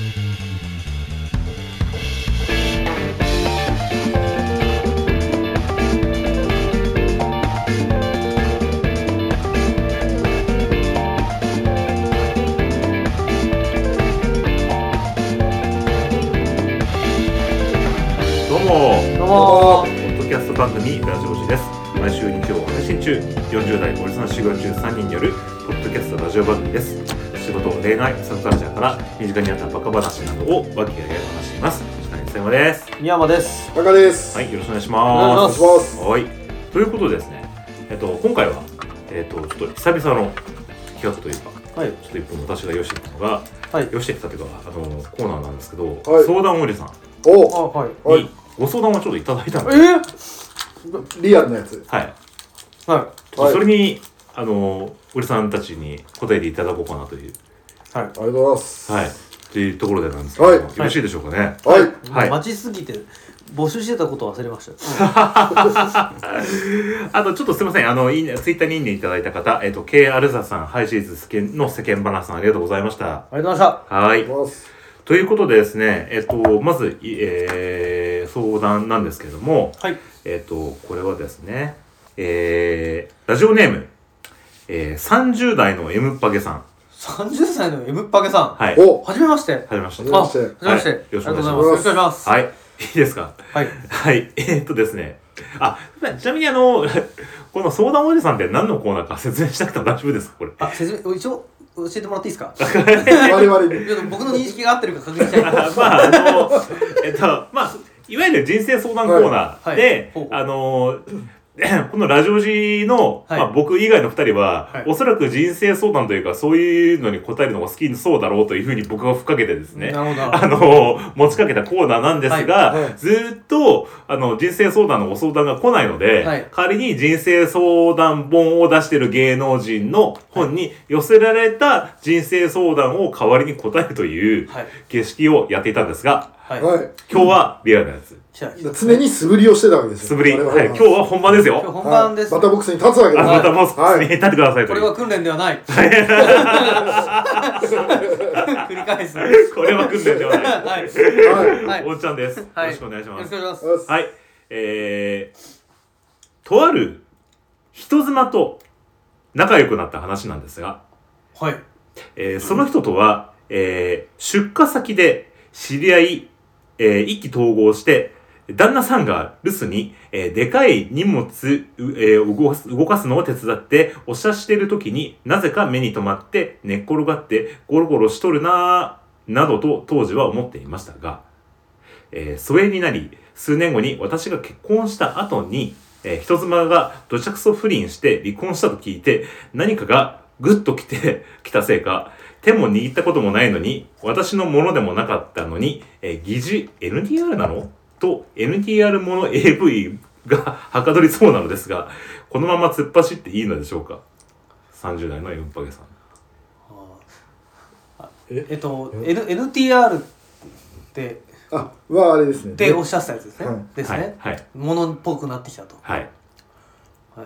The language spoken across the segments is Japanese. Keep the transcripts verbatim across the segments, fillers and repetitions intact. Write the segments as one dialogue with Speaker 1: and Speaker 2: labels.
Speaker 1: どうもどうもポッドキャスト番組ラジオジです。毎週日曜配信中、よんじゅう代おじさん修行中さんにんによるポッドキャストラジオ番組です。仕事、恋愛、サブカルチャーから身近にあったバカ話などを和気あいあい話しています。下にさやまです。
Speaker 2: 宮山です。
Speaker 3: 中です。
Speaker 1: はい、よろしくお願いします。
Speaker 3: お願いします。
Speaker 1: はい、ということでですね、えっと今回はえっとちょっと久々の企画というか、はい、ちょっと一本私が用意してきたのが、はい、用意してきたというかあのコーナーなんですけど、はい、相談おじさん
Speaker 3: お、はい、
Speaker 1: にご相談をちょっといただいたので、
Speaker 3: えー、リアルなやつ。
Speaker 1: はい。はい。はい、それにあのおじさんたちに答えていただこうかなという。
Speaker 3: はい。ありがとうございます。
Speaker 1: はい。というところでなんですけど、はい、よろしいでしょうかね。
Speaker 3: はい。
Speaker 2: はい。待ちすぎて募集してたことを忘れました。
Speaker 1: あとちょっとすみません。あのいいね、ツイッターにいいねいただいた方、えっと K アルザさん、ハイシーズの世間話さんありがとうございました。
Speaker 2: ありがとうございました。
Speaker 1: はい。ということでですね、えっとまず、えー、相談なんですけれども、はい、えっとこれはですね、えー、ラジオネーム、えー、さんじゅう代の M パゲさん。
Speaker 2: さんじゅっさいの M パゲさん。
Speaker 1: はい。
Speaker 2: お、はじめまして。
Speaker 1: はじめまして。
Speaker 2: あ、はじめまして。よ
Speaker 1: ろしくお願いします。
Speaker 2: よろしくお願いします。
Speaker 1: はい。いいですか。
Speaker 2: はい。
Speaker 1: はい。えー、っとですね。あ、ちなみにあのこの相談おじさんって何のコーナーか説明しなくても大丈夫ですか、これ。
Speaker 2: あ、説明一応。教えてもらっていいですか
Speaker 3: 我々に
Speaker 2: 僕の認識が合ってるか確認したい
Speaker 1: まああのえっとまあいわゆる人生相談コーナーで、はいはい、あのこのラジオジの、はい、まあ、僕以外のふたりは、はい、おそらく人生相談というかそういうのに答えるのが好きそうだろうというふうに僕がふっかけてですね、あの持ちかけたコーナーなんですが、はいはい、ずっとあの人生相談のご相談が来ないので、はい、代わりに人生相談本を出している芸能人の本に寄せられた人生相談を代わりに答えるという形式をやっていたんですが、はい、今日はリアルなやつ。
Speaker 3: 常に素振りをしてたわけですよ。
Speaker 1: 素振り。はい。今日は本番ですよ。
Speaker 2: 今日本番です。
Speaker 3: バッターボックスに立つわけです。
Speaker 1: バッターボックスに立ってください。
Speaker 2: これは訓練ではない。繰り返す。
Speaker 1: これは訓練ではない。はい。おっちゃんです。よろしくお願いします。
Speaker 2: よろしくお願いします。
Speaker 1: はい。えー、とある人妻と仲良くなった話なんですが、
Speaker 2: はい。
Speaker 1: えー、その人とは、えー、出荷先で知り合い、えー、意気投合して、旦那さんが留守に、えー、でかい荷物、えー、動かす、動かすのを手伝っておしゃしているときになぜか目に留まって寝っ転がってゴロゴロしとるなぁなどと当時は思っていましたが、えー、疎遠になり数年後に私が結婚した後に、えー、人妻がどちゃくそ不倫して離婚したと聞いて何かがグッと来てきたせいか手も握ったこともないのに私のものでもなかったのに、えー、疑似 エヌティーアール なのと エヌティーアール もの エーブイ がはかどりそうなのですが、このまま突っ走っていいのでしょうか。さんじゅう代のエムパゲさん。
Speaker 2: あえっと N エヌティーアール って
Speaker 3: あはあれですね。
Speaker 2: っておっしゃったやつですね。はい、ですね。
Speaker 1: はい。
Speaker 2: ものっぽくなってきたと。
Speaker 1: はい。
Speaker 2: はい。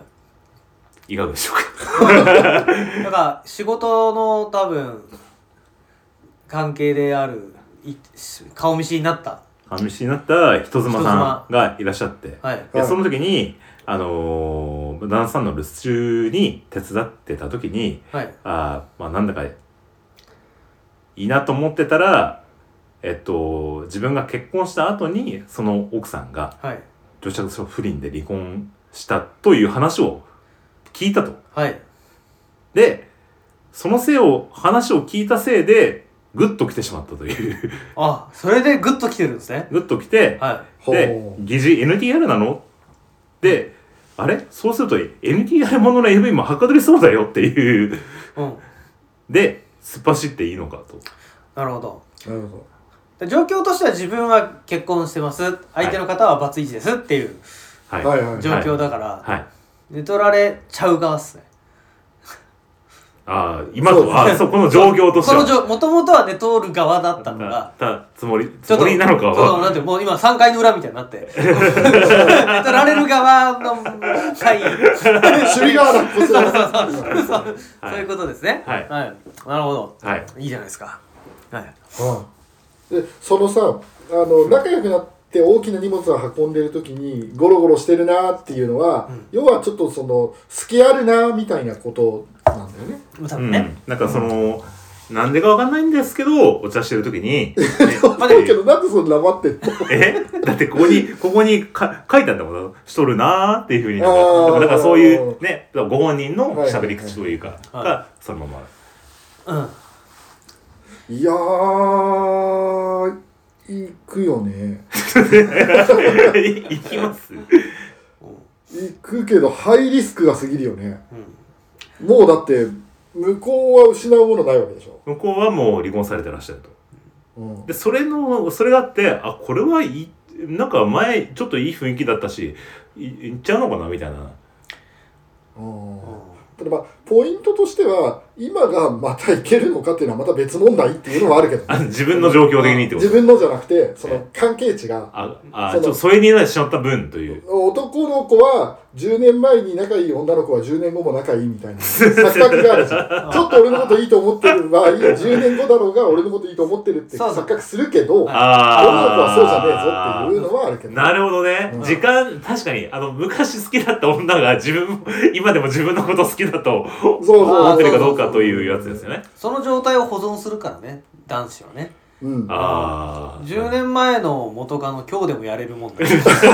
Speaker 1: いかがでしょうか。
Speaker 2: だから仕事の多分関係である顔見知りになった。
Speaker 1: 顔見知りになった人妻さんがいらっしゃって、はい、でその時に、あのー、旦那さんの留守中に手伝ってた時に、はい、あまあなんだかいいなと思ってたら、えっと、自分が結婚した後にその奥さんが女爵不倫で離婚したという話を聞いたと。はい、でそのせいを話を聞いたせいでグッと来てしまったという
Speaker 2: あ、それでグッと来てるんですね。
Speaker 1: グッと来て、はい、で疑似 エヌティーアール なので、あれそうすると エヌティーアール ものの エーブイ もはかどりそうだよっていう、うん、で突っ走っていいのかと。
Speaker 2: なるほど。
Speaker 3: なるほ
Speaker 2: ど。状況としては自分は結婚してます、相手の方はバツイチですっていう状況だから、はいはいはい、寝取られちゃう側っすね。
Speaker 1: ああ、今とは、そこの状況としては。
Speaker 2: そのもともとは寝取る側だったのが、
Speaker 1: たつもり、つもりなのかは。
Speaker 2: そう、なんて、もう今さんかいの裏みたいになって。寝取られる側の会。
Speaker 3: 守備側だ。
Speaker 2: そうそうそう。そういうことですね。はい。はい。なるほど。はい。いいじゃないですか。はい。
Speaker 3: でそのさあの仲良くなって大きな荷物を運んでる時にゴロゴロしてるなっていうのは、うん、要はちょっとその隙あるなみたいなことなんだよね。
Speaker 1: 多分ね、うん、なんかその、うん、なんでかわかんないんですけどお茶してる時に、ね、
Speaker 3: だけどなんでそんな黙ってんの？
Speaker 1: えだってここにここにか書いてあるんだもんしとるなーっていうふうになんかだからそういうねご本人の喋り口というか、はいはいはい、がそのまま。
Speaker 3: うん。いやー行くよね。
Speaker 1: 行きます。
Speaker 3: 行くけどハイリスクが過ぎるよね。うん、もうだって向こうは失うものないわけでしょ。
Speaker 1: 向こうはもう離婚されてらっしゃると。うん、でそれのそれがあってあこれはいいなんか前ちょっといい雰囲気だったしいっちゃうのかなみたいな。
Speaker 3: うん、ただまあポイントとしては今がまたいけるのかっていうのはまた別問題っていうのはあるけど、ね、
Speaker 1: 自分の状況的にってこと
Speaker 3: 自分のじゃなくてその関係値が
Speaker 1: ああちょっと疎遠になってしまった分という
Speaker 3: 男の子はじゅうねんまえに仲いい女の子はじゅうねんごも仲いいみたいな錯覚があるじゃん。ちょっと俺のこといいと思ってる場合じゅうねんごだろうが俺のこといいと思ってるって錯覚するけど女の子はそうじゃねえぞっていうのはあるけど。
Speaker 1: なるほどね、うん、時間確かにあの昔好きだった女が自分今でも自分のこと好きだと思ってるかどうかというやつですよね。
Speaker 2: その状態を保存するからね男子はね。
Speaker 3: うん、
Speaker 2: あじゅうねんまえの元カノ今日でもやれるもんだよ。電
Speaker 3: 話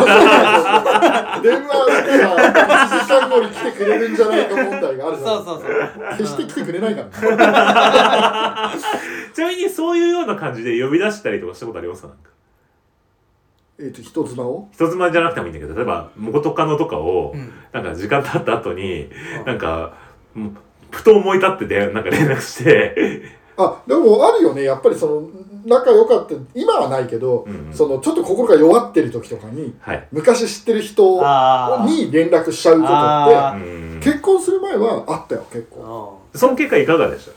Speaker 3: したらいちじかんごに来てくれるんじゃないか問題があるじゃん。
Speaker 2: そうそうそう
Speaker 3: 決して来てくれないからね。
Speaker 1: ちなみにそういうような感じで呼び出したりとかしたことありますか？なんか
Speaker 3: えっと人妻を
Speaker 1: 人妻じゃなくてもいいんだけど例えば元カノとかを、うん、なんか時間経った後に、うん、なんかふと思い立ってでなんか連絡して
Speaker 3: あでもあるよねやっぱりその仲良かった今はないけど、うんうん、そのちょっと心が弱ってる時とかに、はい、昔知ってる人に連絡しちゃうことって結婚する前はあったよ結構。
Speaker 1: その結果いかがでした？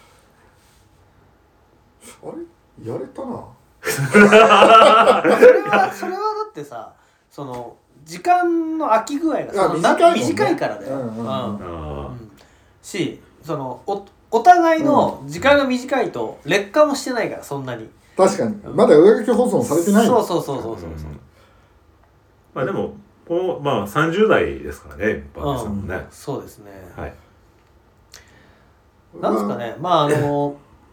Speaker 3: あれやれたな。
Speaker 2: それはそれはだってさその時間の空き具合がその短い、ね、短いからだよ。うんうんうんうん、しそのおお互いの時間が短いと劣化もしてないからそんなに。
Speaker 3: 確かにまだ上書き保存されてない。
Speaker 2: そうそうそうそうそうそう、うん、
Speaker 1: まあでもこうまあさんじゅう代ですからねバービーさんもね、うん、
Speaker 2: そうですね。
Speaker 1: はい
Speaker 2: なんですかねまああの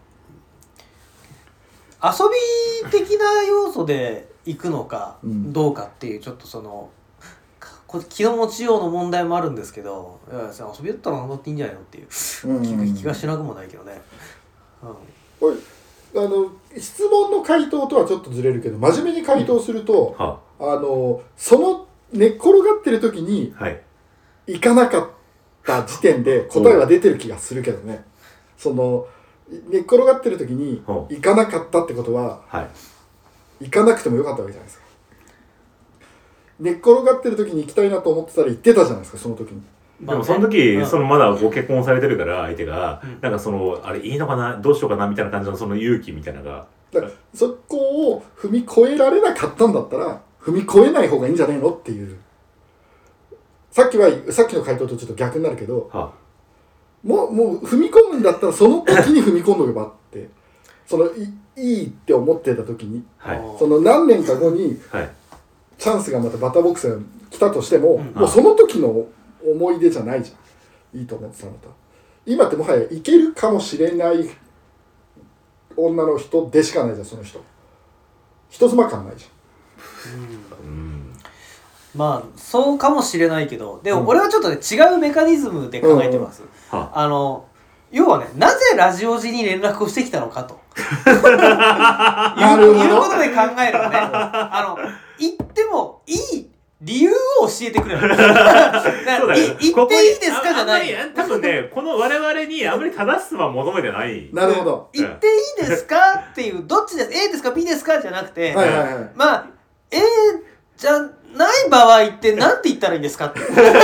Speaker 2: 遊び的な要素で行くのかどうかっていうちょっとその気の持ちようの問題もあるんですけどいや遊びだったら頑張っていいんじゃないのっていう気がしなくもないけどね、
Speaker 3: うん、これあの質問の回答とはちょっとずれるけど真面目に回答すると、うんはあ、あのその寝っ転がってる時に、はい、行かなかった時点で答えは出てる気がするけどね。その寝っ転がってる時に行かなかったってことは、はい、行かなくてもよかったわけじゃないですか。寝っ転がってる時に行きたいなと思ってたら行ってたじゃないですかその時に。
Speaker 1: でもその時、うん、そのまだご結婚されてるから相手が、うん、なんかそのあれいいのかなどうしようかなみたいな感じのその勇気みたいなのが
Speaker 3: だからそこを踏み越えられなかったんだったら踏み越えない方がいいんじゃないのっていうさっきはさっきの回答とちょっと逆になるけど、はあ、もうもう踏み込むんだったらその時に踏み込んどけばってその い, いいって思ってた時に、はい、その何年か後に、はい、チャンスがまたバッターボックスが来たとしても、うん、もうその時の思い出じゃないじゃんいいと思ってたのと今ってもはやいけるかもしれない女の人でしかないじゃんその人人妻感ないじゃん、うん、
Speaker 2: まあそうかもしれないけどでも俺はちょっとね、うん、違うメカニズムで考えてます、うんうん、あの要はねなぜラジオ時に連絡をしてきたのかという、いうことで考えるとねあの言ってもいい理由を教えてくれる。そうだね。言っていいですかじゃない。
Speaker 1: 多分ね、この我々にあまり正しさは求めてない。
Speaker 3: なるほど。
Speaker 2: 言っていいですかっていう、どっちです ?A ですか ?B ですかじゃなくて、はいはいはい、まあ、A じゃない場合って何て言ったらいいんですかって。みんな A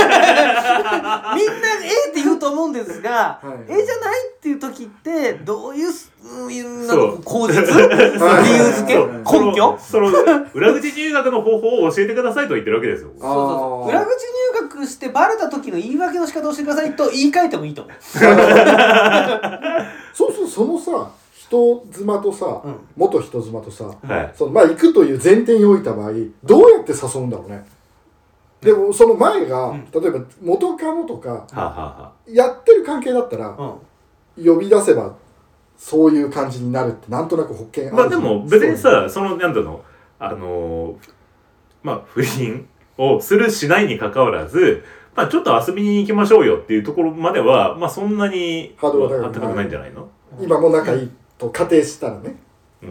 Speaker 2: って言うと思うんですが、はいはい、A じゃないっていう時ってどういう、うん、なんか口実理由付け根拠
Speaker 1: その裏口入学の方法を教えてくださいと言ってるわけですよ。
Speaker 2: そうそうそう裏口入学してバレた時の言い訳の仕方をしてくださいと言い換えてもいいと思う。
Speaker 3: そうそうそのさ一人妻とさ、
Speaker 2: うん、
Speaker 3: 元人妻とさ、
Speaker 1: はい、
Speaker 3: そのまあ行くという前提に置いた場合どうやって誘うんだろうね。でもその前が、うん、例えば元カノとか、はあはあ、やってる関係だったら、うん、呼び出せばそういう感じになるってなんとなく保険ある。
Speaker 1: まあでも別にさ、そのなんだろう、あのー、まあ不倫をするしないに関わらず、まあちょっと遊びに行きましょうよっていうところまでは、まあそんなに
Speaker 3: ハードルが高
Speaker 1: くないんじゃないの？
Speaker 3: 今も仲いいと仮定したらね。
Speaker 1: うん、うん、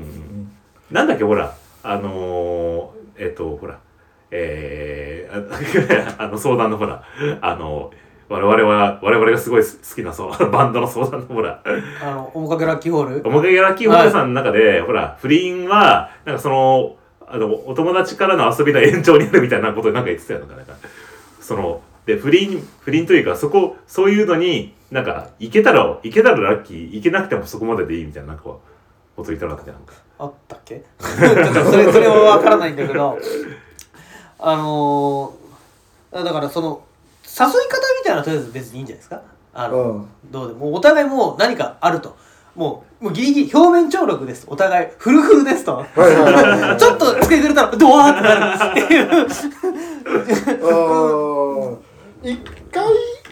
Speaker 1: なんだっけほら、あのー、えっとほら、えー、あの相談のほら、あのー。我々は我々がすごい好きなそうバンドの相談のほら
Speaker 2: あの面影ラッキーホール
Speaker 1: 面影ラッキーホールさんの中で、はい、ほら不倫はなんかそのあのお友達からの遊びの延長になるみたいなことでなんか言ってたよ。なんかそので不倫不倫というかそこそういうのになんか行けたら行けたらラッキー行けなくてもそこまででいいみたいななんかこと言ったらなかったなんか
Speaker 2: あったっけちょっとそれそれは分からないんだけどあのー、だからその誘い方みたいなのはとりあえず別にいいんじゃないですか。あの、うん、どうでもお互いもう何かあるともうもうギリギリ表面張力ですお互いフルフルですとちょっと付けくれたらドワーってなるっていう
Speaker 3: 一回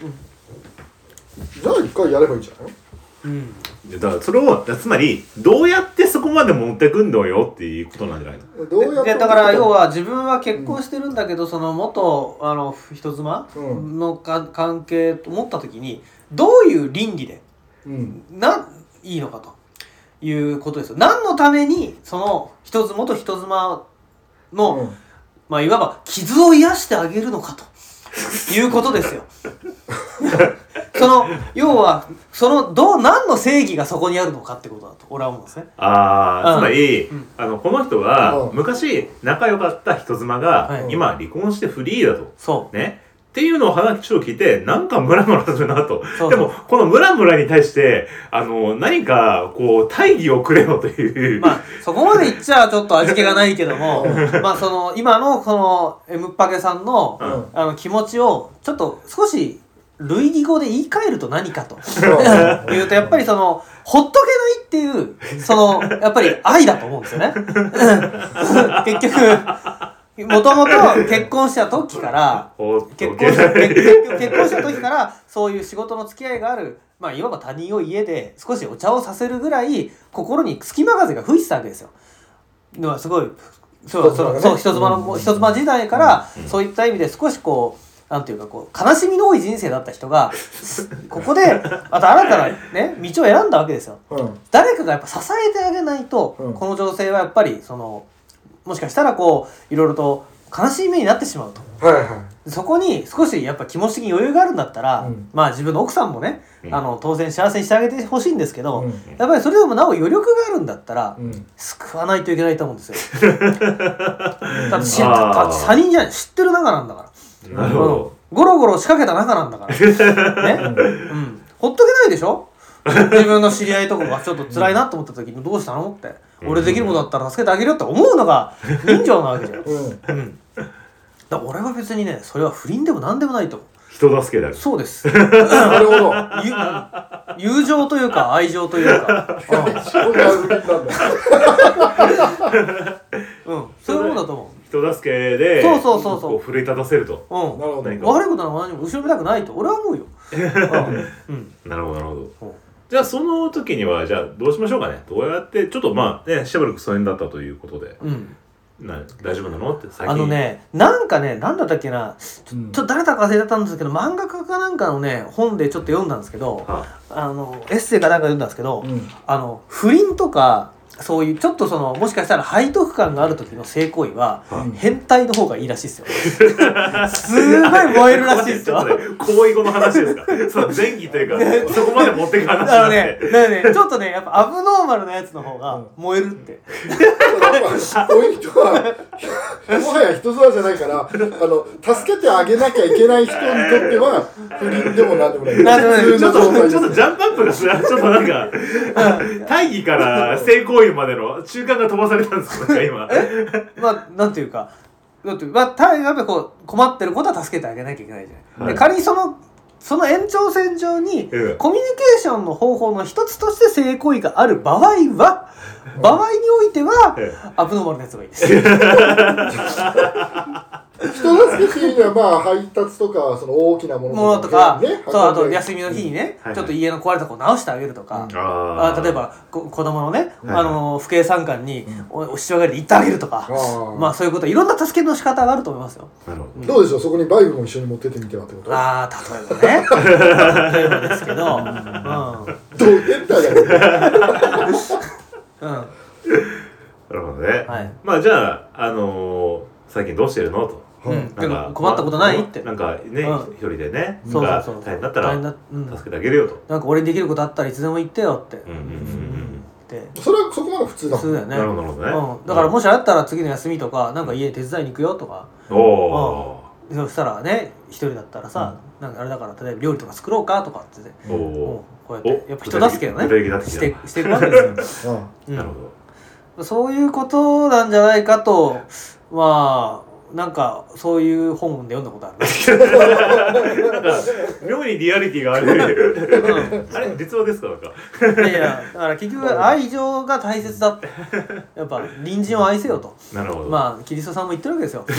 Speaker 3: じゃあ一回やればいいんじゃない？
Speaker 1: うん、だからそれをつまりどうやってそこまで持ってくんのよっていうことなんじゃないの？
Speaker 2: どうやってだから要は自分は結婚してるんだけど、うん、その元あの人妻のか関係と思った時にどういう倫理で、うん、ないいのかということですよ。何のためにその人妻元人妻の、うん、まあいわば傷を癒してあげるのかということですよ。その要はそのどう何の正義がそこにあるのかってことだと俺は思うんですね。
Speaker 1: ああ、うん、つまり、うん、あのこの人は昔仲良かった人妻が、はい、今離婚してフリーだと、
Speaker 2: そう
Speaker 1: ねっていうのを話を聞いてなんかムラムラするなと。そうそうでもこのムラムラに対してあの何かこう大義をくれよという。
Speaker 2: まあそこまで言っちゃちょっと味気がないけどもまあその今のこの エム パケさんの、うん、あの気持ちをちょっと少し類義語で言い換えると何かというとやっぱりそのほっとけないっていうそのやっぱり愛だと思うんですよね結局もともと結婚した時から結婚した結婚した時からそういう仕事の付き合いがあるまあいわば他人を家で少しお茶をさせるぐらい心に隙間風が吹いてたわけですよ。ではすごいそうそうそう人妻の人妻時代からそういった意味で少しこうなんていうかこう悲しみの多い人生だった人がここでまた新たなね道を選んだわけですよ、うん、誰かがやっぱ支えてあげないと、うん、この女性はやっぱりそのもしかしたらこういろいろと悲しい目になってしまうと、はいはい、そこに少しやっぱ気持ち的に余裕があるんだったら、うん、まあ自分の奥さんもね、うん、あの当然幸せにしてあげてほしいんですけど、うん、やっぱりそれでもなお余力があるんだったら、うん、救わないといけないと思うんですよだって知他人じゃない知ってる仲なんだから
Speaker 1: なるほど、
Speaker 2: うん、ゴロゴロ仕掛けた仲なんだからね、うん、ほっとけないでしょ自分の知り合いとかがちょっと辛いなと思った時にどうしたのって、うん、俺できることだったら助けてあげるよって思うのが人情なわけじゃん、うんうん、だから俺は別にねそれは不倫でも何でもないと思う。
Speaker 1: 人助けだよ。
Speaker 2: そうですなるほど友情というか愛情というかそういう不倫なんだうんそういうものだと思う。
Speaker 1: 人助けで
Speaker 2: そうそうそうそう
Speaker 1: 奮い立たせると、
Speaker 2: うん、なるほど悪いことなの何も後ろめたくないと俺は思うよ、
Speaker 1: うん、なるほどなるほど、うん、じゃあその時にはじゃあどうしましょうかね。どうやってちょっとまあねしばらく疎遠だったということで、うんな大丈夫なのって最近
Speaker 2: あのねなんかねなんだったっけなちょ,、うん、ちょっと誰だか忘れたんですけど漫画家かなんかのね本でちょっと読んだんですけど、はあ、あのエッセイかなんか読んだんですけど、うん、あの不倫とかそういうちょっとそのもしかしたら背徳感がある時の性行為は、うん、変態の方がいいらしいですよすごい燃えるらしいですよ
Speaker 1: 行為後の話ですかその前期というかそこまで持っていく話
Speaker 2: だねだねちょっとねやっぱアブノーマルなやつの方が燃えるって、うん、
Speaker 3: こういう人はもはや人妻じゃないからあの助けてあげなきゃいけない人にとっては不倫でもなんでもない
Speaker 1: なんちょっとちょっとジャンプアップがちょっとなんか大義から性行為までの中間が飛ばされたんですか今
Speaker 2: まあなんていうかだって、まあ、やっぱりこう困ってることは助けてあげなきゃいけないじゃない、はい、で仮にそのその延長線上に、
Speaker 1: うん、
Speaker 2: コミュニケーションの方法の一つとして性行為がある場合は、うん、場合においては、うん、アブノーマルなやつがいいです
Speaker 3: 人助けっていうにはまあ配達とかその大きなもの
Speaker 2: ものとか、ね、そうあと
Speaker 3: ね、
Speaker 2: 休みの日にね、うん、ちょっと家の壊れた子を直してあげるとか、うん、
Speaker 1: あ
Speaker 2: あ例えばこ子供のね、はい、あの父兄参観におお父親がりで行ってあげるとか、うん、まあそういうこといろんな助けの仕方があると思いますよ。
Speaker 1: なるほど、
Speaker 3: うん、どうでしょうそこにバイブも一緒に持ってってみてはってこと。
Speaker 2: ああ例えばね例えばですけど、うん、どう
Speaker 3: 変態だよね。
Speaker 1: うんなるほどね、はい、まあじゃあ、あのー、最近どうしてるのと、
Speaker 2: うん、なんか困ったことないって、
Speaker 1: なんかね、うん、一人でね、
Speaker 2: そうそうそう、
Speaker 1: 大変だったら助けてあげるよと、
Speaker 2: なんか俺にできることあったらいつでも言ってよって、うんうんうん
Speaker 3: うん、それはそこまで普通だ
Speaker 2: 普通だよね。
Speaker 1: なるほどね、
Speaker 2: うん、だからもしあったら次の休みとかなんか家手伝いに行くよとか、
Speaker 1: おお、
Speaker 2: うん、そしたらね一人だったらさ、うん、なんかあれだから例えば料理とか作ろうかとかってね、おお、こうやってやっぱ人助けをねしてしていくわけですよ、うん、なるほど、そういうことなんじゃないかと、まあなんかそういう本で読んだことある
Speaker 1: なんか妙にリアリティがある、うん、あれ実話ですかなんか
Speaker 2: いやいやだから結局愛情が大切だってやっぱ隣人を愛せよと。
Speaker 1: なるほど、
Speaker 2: まあキリストさんも言ってるわけですよ、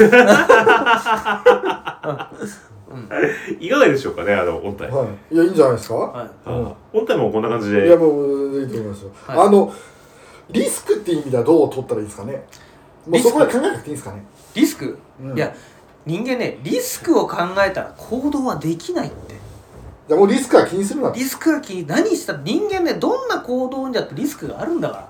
Speaker 3: うん、
Speaker 1: いかがでしょうかねあの音体、
Speaker 3: はい、いやいいんじゃないですか、
Speaker 2: はい、
Speaker 1: うん、音体もこんな感じで
Speaker 3: いやもういいと思いますよ、はい、あのリスクっていう意味ではどう取ったらいいですかね。もうそこで考えなくていいんですかね。
Speaker 2: リスク、うん、いや人間ねリスクを考えたら行動はできないって。
Speaker 3: じゃあもうリスクは気にするな。
Speaker 2: リスクは気に何した人間ねどんな行動にだってリスクがあるんだから、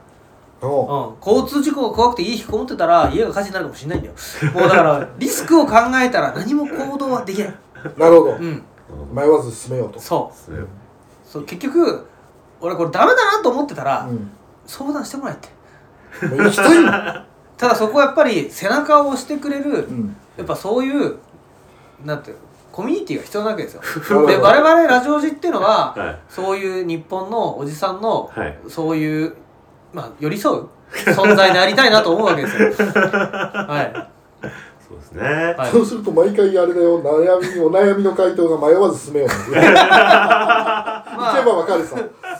Speaker 2: うん、交通事故が怖くて家引きこもってたら家が火事になるかもしれないんだよもうだからリスクを考えたら何も行動はできない
Speaker 3: なるほど、
Speaker 2: うん、
Speaker 3: 迷わず進めようと。
Speaker 2: そう、うん、そう結局俺これダメだなと思ってたら、うん、相談してもらえって
Speaker 3: もう行きたいん
Speaker 2: ただそこはやっぱり背中を押してくれる、うん、やっぱそういうなんていうコミュニティが必要なわけですよで我々ラジオジっていうのは、はい、そういう日本のおじさんの、はい、そういうまあ寄り添う存在でありたいなと思うわけですよはい
Speaker 1: そうですね、
Speaker 3: はい、そうすると毎回あれだよ悩みお悩みの回答が迷わず進めようなんで行けばわかるさ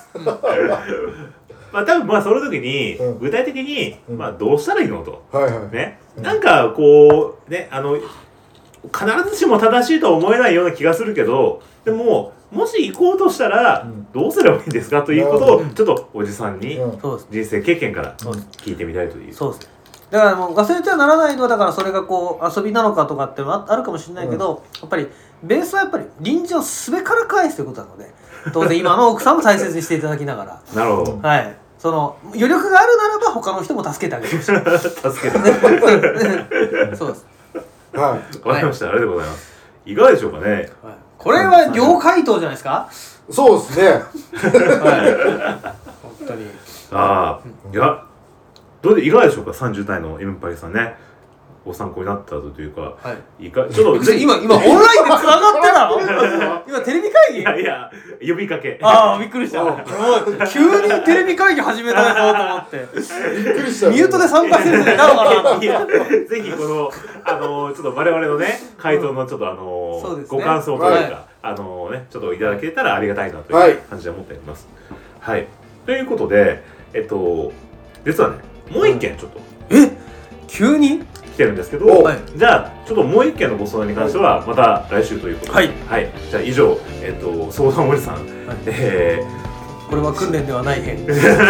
Speaker 1: まあ多分まあその時に具体的に、うん、まあどうしたらいいのと、
Speaker 3: はいはい
Speaker 1: ね、うん、なんかこうねあの必ずしも正しいとは思えないような気がするけどでももし行こうとしたらどうすればいいんですかということをちょっとおじさんに人生経験から聞いてみたいという。
Speaker 2: そうですね。だからもう忘れてはならないのはだからそれがこう遊びなのかとかってあるかもしれないけど、うん、やっぱりベースはやっぱり隣人をすべから返すということなので当然今の奥さんも大切にしていただきながら
Speaker 1: なるほど、
Speaker 2: はい、その余力があるならば他の人も助けてあげてほしい
Speaker 1: 助けて
Speaker 2: そうです
Speaker 3: はい
Speaker 1: わかりました、はい、ありがとうございます。いかがでしょうかね、はい、
Speaker 2: これは両回答じゃないですか。
Speaker 3: そうですね
Speaker 2: はい本当に
Speaker 1: ああ、いやどうでいかがでしょうかさんじゅう代の エム パイさんねご参考になったというか、はい、いかちょっと
Speaker 2: 今今オンラインで繋がってたの今テレビ会議
Speaker 1: いやいや呼びかけ
Speaker 2: ああびっくりした急にテレビ会議始めたぞと思ってびっくりしたミュートで参加してる人いたのかな。
Speaker 1: いやぜひこのあのちょっと我々のね回答のちょっとあの、うんね、ご感想というか、はい、あのねちょっといただけたらありがたいなという感じで思っております。はい、はい、ということでえっと実はねもう一件ちょっと、
Speaker 2: うん、え急に
Speaker 1: 来てるんですけど、はい、じゃあちょっともう一件のご相談に関してはまた来週ということで、
Speaker 2: はい、
Speaker 1: はい、じゃあ以上、えっと、相談おじさん、はい、え
Speaker 2: ー、これは訓練ではない編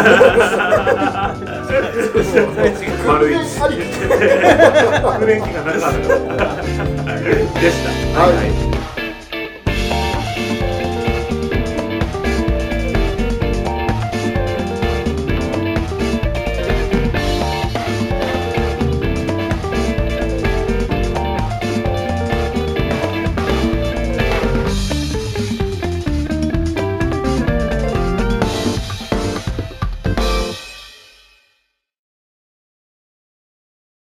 Speaker 1: 丸一訓練期がなかったでした。はい、はい